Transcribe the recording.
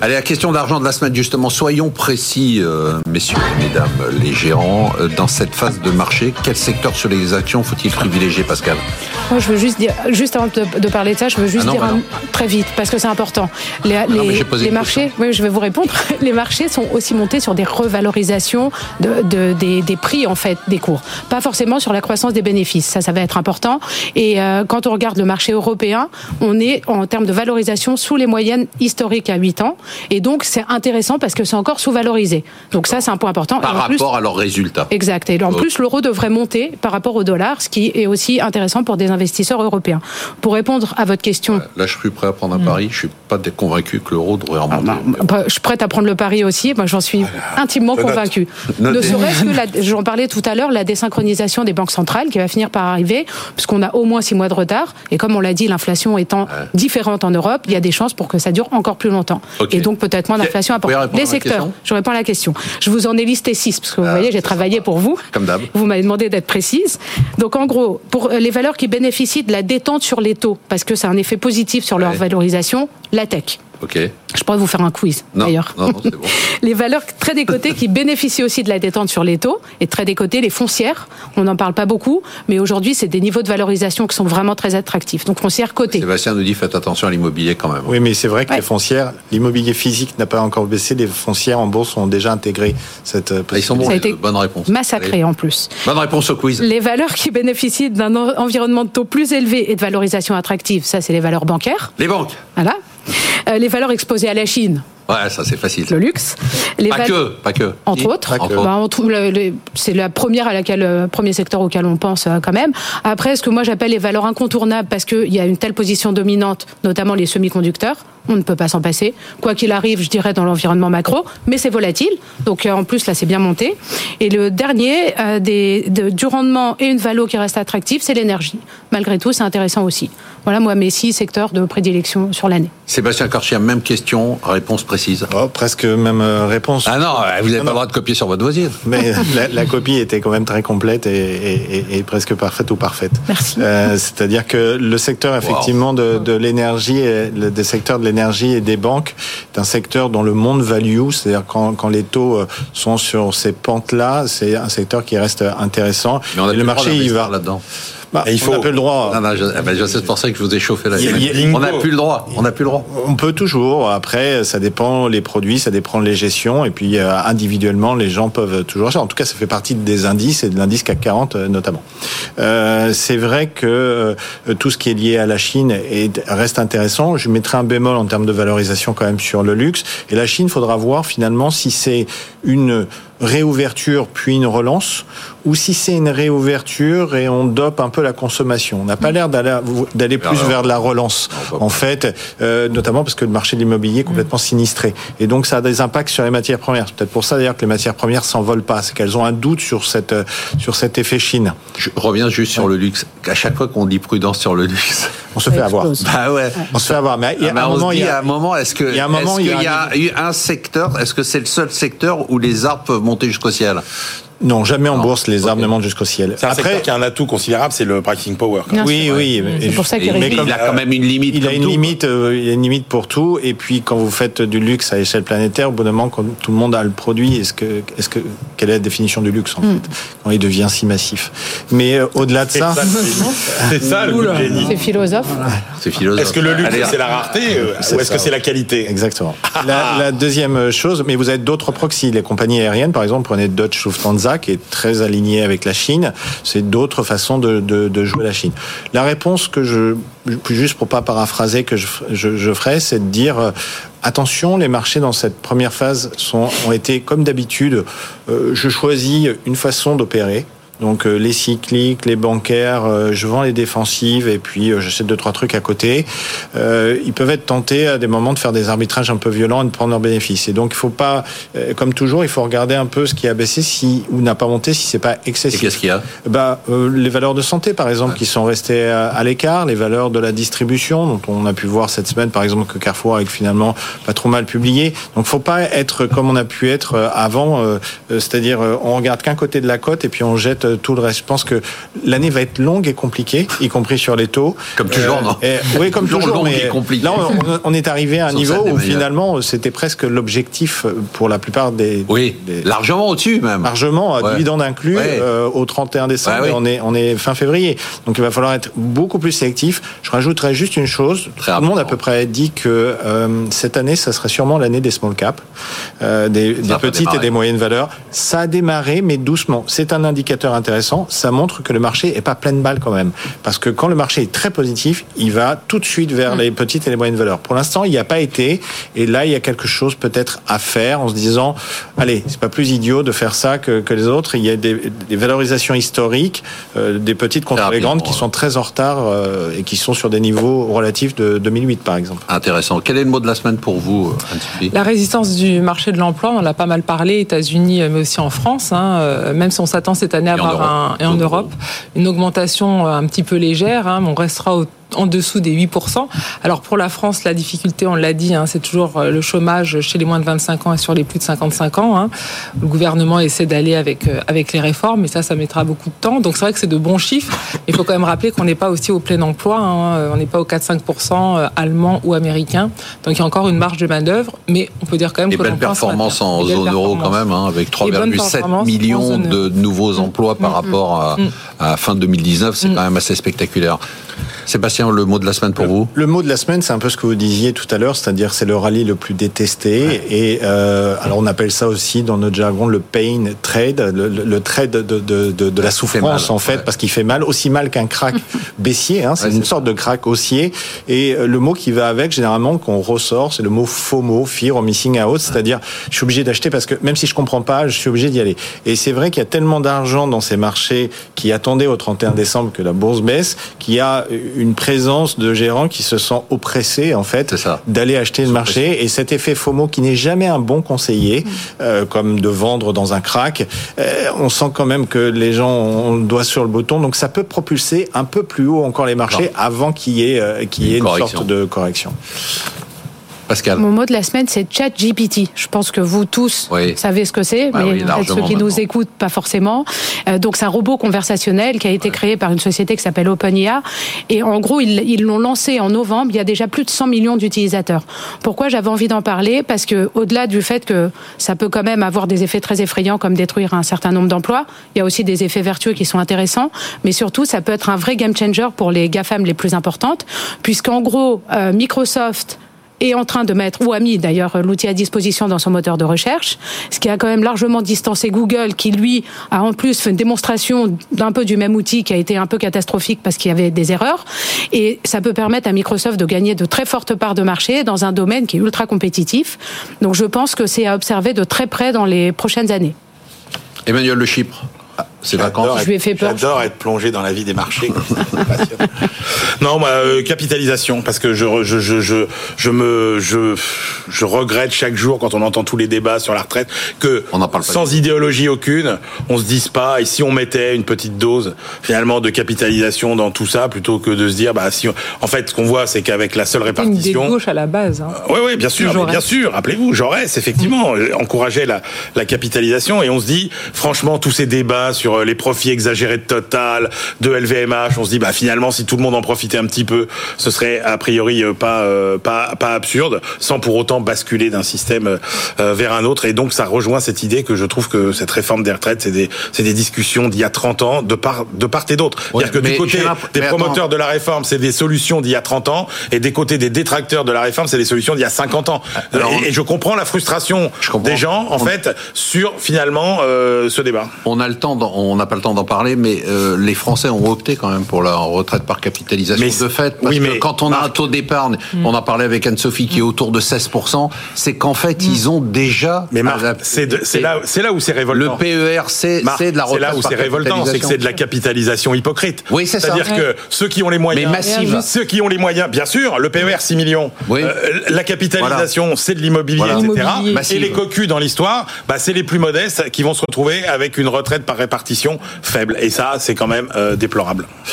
Allez, la question d'argent de la semaine, justement. Soyons précis, messieurs et mesdames les gérants. Dans cette phase de marché, quel secteur sur les actions faut-il privilégier, Pascal ? Moi, je veux juste dire, juste avant de parler de ça, je veux juste très vite, parce que c'est important. Les marchés, oui, je vais vous répondre. Les marchés sont aussi montés sur des revalorisations des prix, en fait, des cours. Pas forcément sur la croissance des bénéfices. Ça va être important. Et quand on regarde le marché européen, on est, en termes de valorisation, sous les moyennes historiques à 8 ans. Et donc, c'est intéressant parce que c'est encore sous-valorisé. Donc ça, c'est un point important. Par rapport à leurs résultats. Exact. Et en plus, l'euro devrait monter par rapport au dollar, ce qui est aussi intéressant pour des investisseurs européens. Pour répondre à votre question... Là, je suis prêt à prendre un pari. Je suis pas convaincu que l'euro devrait remonter. Je suis prête à prendre le pari aussi. Moi, j'en suis intimement convaincu. Ne serait-ce que, j'en parlais tout à l'heure, la désynchronisation des banques centrales qui va finir par arriver, puisqu'on a au moins 6 mois de retard. Et comme on l'a dit, l'inflation étant différente en Europe, il y a des chances pour que ça dure encore plus longtemps. Okay. Et donc peut-être moins d'inflation importante. Les secteurs, je réponds à la question. Je vous en ai listé 6, parce que vous voyez, j'ai travaillé pour vous. Comme d'hab. Vous m'avez demandé d'être précise. Donc en gros, pour les valeurs qui bénéficient de la détente sur les taux, parce que c'est un effet positif sur leur valorisation, la tech. Okay. Je pourrais vous faire un quiz, d'ailleurs. Non, c'est bon. Les valeurs très décotées qui bénéficient aussi de la détente sur les taux, et très décotées, les foncières, on n'en parle pas beaucoup, mais aujourd'hui, c'est des niveaux de valorisation qui sont vraiment très attractifs. Donc, foncières cotées. Sébastien nous dit, faites attention à l'immobilier quand même. Oui, mais c'est vrai que les foncières, l'immobilier physique n'a pas encore baissé, les foncières en bourse ont déjà intégré cette possibilité. Ils sont bons, ça a été bonne réponse. Massacré. Allez. En plus. Bonne réponse au quiz. Les valeurs qui bénéficient d'un environnement de taux plus élevé et de valorisation attractive, ça, c'est les valeurs bancaires. Les banques. Voilà. Les valeurs exposées à la Chine. Ouais, ça c'est facile. Le luxe. Pas que. Entre autres. C'est la première premier secteur auquel on pense quand même. Après, ce que moi j'appelle les valeurs incontournables, parce qu'il y a une telle position dominante, notamment les semi-conducteurs, on ne peut pas s'en passer. Quoi qu'il arrive, je dirais, dans l'environnement macro, mais c'est volatile. Donc en plus, là, c'est bien monté. Et le dernier, du rendement et une valo qui reste attractive, c'est l'énergie. Malgré tout, c'est intéressant aussi. Voilà, moi, mes 6 secteurs de prédilection sur l'année. Sébastien Corchia, même question, réponse précise. Presque même réponse. Ah non, vous n'avez pas le droit de copier sur votre voisine. Mais la copie était quand même très complète et presque parfaite ou parfaite. Merci. C'est-à-dire que le secteur, effectivement, de l'énergie, des secteurs de l'énergie et des banques, est un secteur dont le monde value, c'est-à-dire quand les taux sont sur ces pentes-là, c'est un secteur qui reste intéressant. Mais on a le marché, il va là-dedans. Il faut un peu le droit. C'est pour ça que je vous ai chauffé là. On n'a plus le droit. On peut toujours. Après, ça dépend les produits, ça dépend les gestions. Et puis, individuellement, les gens peuvent toujours acheter. En tout cas, ça fait partie des indices et de l'indice CAC 40 notamment. C'est vrai que tout ce qui est lié à la Chine reste intéressant. Je mettrai un bémol en termes de valorisation quand même sur le luxe. Et la Chine, faudra voir finalement si c'est une réouverture puis une relance, ou si c'est une réouverture et on dope un peu la consommation. On n'a pas l'air d'aller plus vers de la relance, en fait, notamment parce que le marché de l'immobilier est complètement sinistré. Et donc, ça a des impacts sur les matières premières. C'est peut-être pour ça, d'ailleurs, que les matières premières s'envolent pas. C'est qu'elles ont un doute sur cet effet Chine. Je reviens juste sur le luxe. À chaque fois qu'on dit prudence sur le luxe, on se fait avoir. On se fait avoir. Mais il y a un moment, est-ce qu'il y a eu un secteur, est-ce que c'est le seul secteur où les arbres peuvent monter jusqu'au ciel? Non, jamais en bourse, les arbres ne montent jusqu'au ciel. C'est un secteur qui a un atout considérable, c'est le pricing power. Oui. C'est pour ça qu'il il a quand même une limite. Il a une limite pour tout. Et puis, quand vous faites du luxe à échelle planétaire, au bout d'un moment, quand tout le monde a le produit, quelle est la définition du luxe, en fait, quand il devient si massif? Mais au-delà de ça... C'est ça, le génie. C'est philosophe. Est-ce que le luxe, c'est la rareté ou est-ce que c'est la qualité? Exactement. La deuxième chose, mais vous avez d'autres proxys. Les compagnies aériennes, par exemple, prenez Deutsche Lufthansa, qui est très aligné avec la Chine. C'est d'autres façons de jouer la Chine. La réponse juste pour pas paraphraser, que je ferai, c'est de dire attention, les marchés dans cette première phase ont été comme d'habitude. Je choisis une façon d'opérer. Donc les cycliques, les bancaires, je vends les défensives et puis j'achète 2-3 trucs à côté. Ils peuvent être tentés à des moments de faire des arbitrages un peu violents et de prendre leurs bénéfices. Et donc il faut pas, comme toujours, il faut regarder un peu ce qui a baissé ou n'a pas monté si c'est pas excessif. Et qu'est-ce qu'il y a? Les valeurs de santé, par exemple, qui sont restées à l'écart, les valeurs de la distribution, dont on a pu voir cette semaine, par exemple, que Carrefour a finalement pas trop mal publié. Donc faut pas être comme on a pu être avant, c'est-à-dire on regarde qu'un côté de la côte et puis on jette fait tout le reste. Je pense que l'année va être longue et compliquée, y compris sur les taux. Comme toujours, non? Oui, comme toujours, mais compliqué. là, on est arrivé à un niveau où finalement, c'était presque l'objectif pour la plupart des... Oui, largement au-dessus même. Largement, dividende inclus, au 31 décembre, et on est fin février. Donc il va falloir être beaucoup plus sélectif. Je rajouterais juste une chose. Tout le monde à peu près dit que cette année, ça serait sûrement l'année des small caps, des petites et des moyennes valeurs. Ça a démarré, mais doucement. C'est un indicateur intéressant. Ça montre que le marché est pas pleine balle quand même. Parce que quand le marché est très positif, il va tout de suite vers les petites et les moyennes valeurs. Pour l'instant, il n'y a pas été. Et là, il y a quelque chose peut-être à faire en se disant, allez, c'est pas plus idiot de faire ça que les autres. Il y a des valorisations historiques, des petites contre les grandes qui sont très en retard et qui sont sur des niveaux relatifs de 2008, par exemple. Intéressant. Quel est le mot de la semaine pour vous, Anne-Sophie? La résistance du marché de l'emploi, on en a pas mal parlé, États-Unis, mais aussi en France. Même si on s'attend cette année à avoir en Europe, une augmentation un petit peu légère. On restera en dessous des 8%. Alors pour la France, la difficulté, on l'a dit, c'est toujours le chômage chez les moins de 25 ans et sur les plus de 55 ans. Le gouvernement essaie d'aller avec les réformes, mais ça mettra beaucoup de temps. Donc c'est vrai que c'est de bons chiffres. Il faut quand même rappeler qu'on n'est pas aussi au plein emploi. On n'est pas aux 4-5% allemands ou américains. Donc il y a encore une marge de manœuvre, mais on peut dire quand même que belles performances en zone euro quand même, avec 3,7 millions de nouveaux emplois par rapport à fin 2019. C'est quand même assez spectaculaire. Sébastien, le mot de la semaine pour vous? Le mot de la semaine, c'est un peu ce que vous disiez tout à l'heure, c'est-à-dire c'est le rallye le plus détesté. Et alors on appelle ça aussi dans notre jargon le pain trade, le trade de la souffrance en fait, parce qu'il fait mal, aussi mal qu'un crack baissier. C'est une sorte de crack haussier. Et le mot qui va avec, généralement, qu'on ressort, c'est le mot FOMO, Fear of Missing Out, c'est-à-dire je suis obligé d'acheter parce que même si je comprends pas, je suis obligé d'y aller. Et c'est vrai qu'il y a tellement d'argent dans ces marchés qui attendaient au 31 décembre que la bourse baisse, qu'il y a une présence de gérants qui se sentent oppressés en fait d'aller acheter le marché, et cet effet FOMO qui n'est jamais un bon conseiller comme de vendre dans un crack, on sent quand même que les gens ont le doigt sur le bouton, donc ça peut propulser un peu plus haut encore les marchés avant qu'il y ait une sorte de correction. Pascal. Mon mot de la semaine, c'est ChatGPT. Je pense que vous tous savez ce que c'est, mais ceux qui nous écoutent, pas forcément. Donc, c'est un robot conversationnel qui a été créé par une société qui s'appelle OpenAI. Et en gros, ils l'ont lancé en novembre. Il y a déjà plus de 100 millions d'utilisateurs. Pourquoi j'avais envie d'en parler? Parce que, au-delà du fait que ça peut quand même avoir des effets très effrayants, comme détruire un certain nombre d'emplois, il y a aussi des effets vertueux qui sont intéressants. Mais surtout, ça peut être un vrai game changer pour les GAFAM les plus importantes, puisqu'en gros, Microsoft est en train de mettre, ou a mis d'ailleurs l'outil à disposition dans son moteur de recherche, ce qui a quand même largement distancé Google, qui lui a en plus fait une démonstration d'un peu du même outil qui a été un peu catastrophique parce qu'il y avait des erreurs, et ça peut permettre à Microsoft de gagner de très fortes parts de marché dans un domaine qui est ultra compétitif. Donc je pense que c'est à observer de très près dans les prochaines années. Emmanuel Le Chypre. C'est vacances. Je lui ai fait peur. J'adore être plongé dans la vie des marchés. Non, moi, capitalisation, parce que je regrette chaque jour quand on entend tous les débats sur la retraite que sans idéologie aucune, on se dise pas, et si on mettait une petite dose finalement de capitalisation dans tout ça, plutôt que de se dire, en fait, ce qu'on voit, c'est qu'avec la seule répartition. Une idée de gauche à la base. Oui, bien sûr, bien sûr. Rappelez-vous, Jaurès, effectivement, encourageait la capitalisation, et on se dit, franchement, tous ces débats sur les profits exagérés de Total, de LVMH, on se dit finalement si tout le monde en profitait un petit peu, ce serait a priori pas absurde, sans pour autant basculer d'un système vers un autre. Et donc ça rejoint cette idée que je trouve que cette réforme des retraites, c'est des discussions d'il y a 30 ans de part et d'autre. C'est-à-dire que du côté des promoteurs de la réforme, c'est des solutions d'il y a 30 ans, et des côtés des détracteurs de la réforme, c'est des solutions d'il y a 50 ans. Et je comprends la frustration des gens en fait sur finalement ce débat. On n'a pas le temps d'en parler, mais les Français ont opté quand même pour la retraite par capitalisation de fait. Parce que quand on a un taux d'épargne, on a parlé avec Anne-Sophie, qui est autour de 16%, c'est qu'en fait, ils ont déjà... Mais Marc, c'est là où c'est révoltant. Le PER, c'est de la retraite par capitalisation. C'est là où c'est révoltant, c'est que c'est de la capitalisation hypocrite. Oui, c'est ça. C'est-à-dire que ceux qui ont les moyens... Mais massive. Ceux qui ont les moyens, bien sûr, le PER 6 millions, la capitalisation, c'est de l'immobilier, etc. Et les cocus dans l'histoire, c'est les plus modestes qui vont se retrouver avec une retraite par répartition faible. Et ça, c'est quand même déplorable.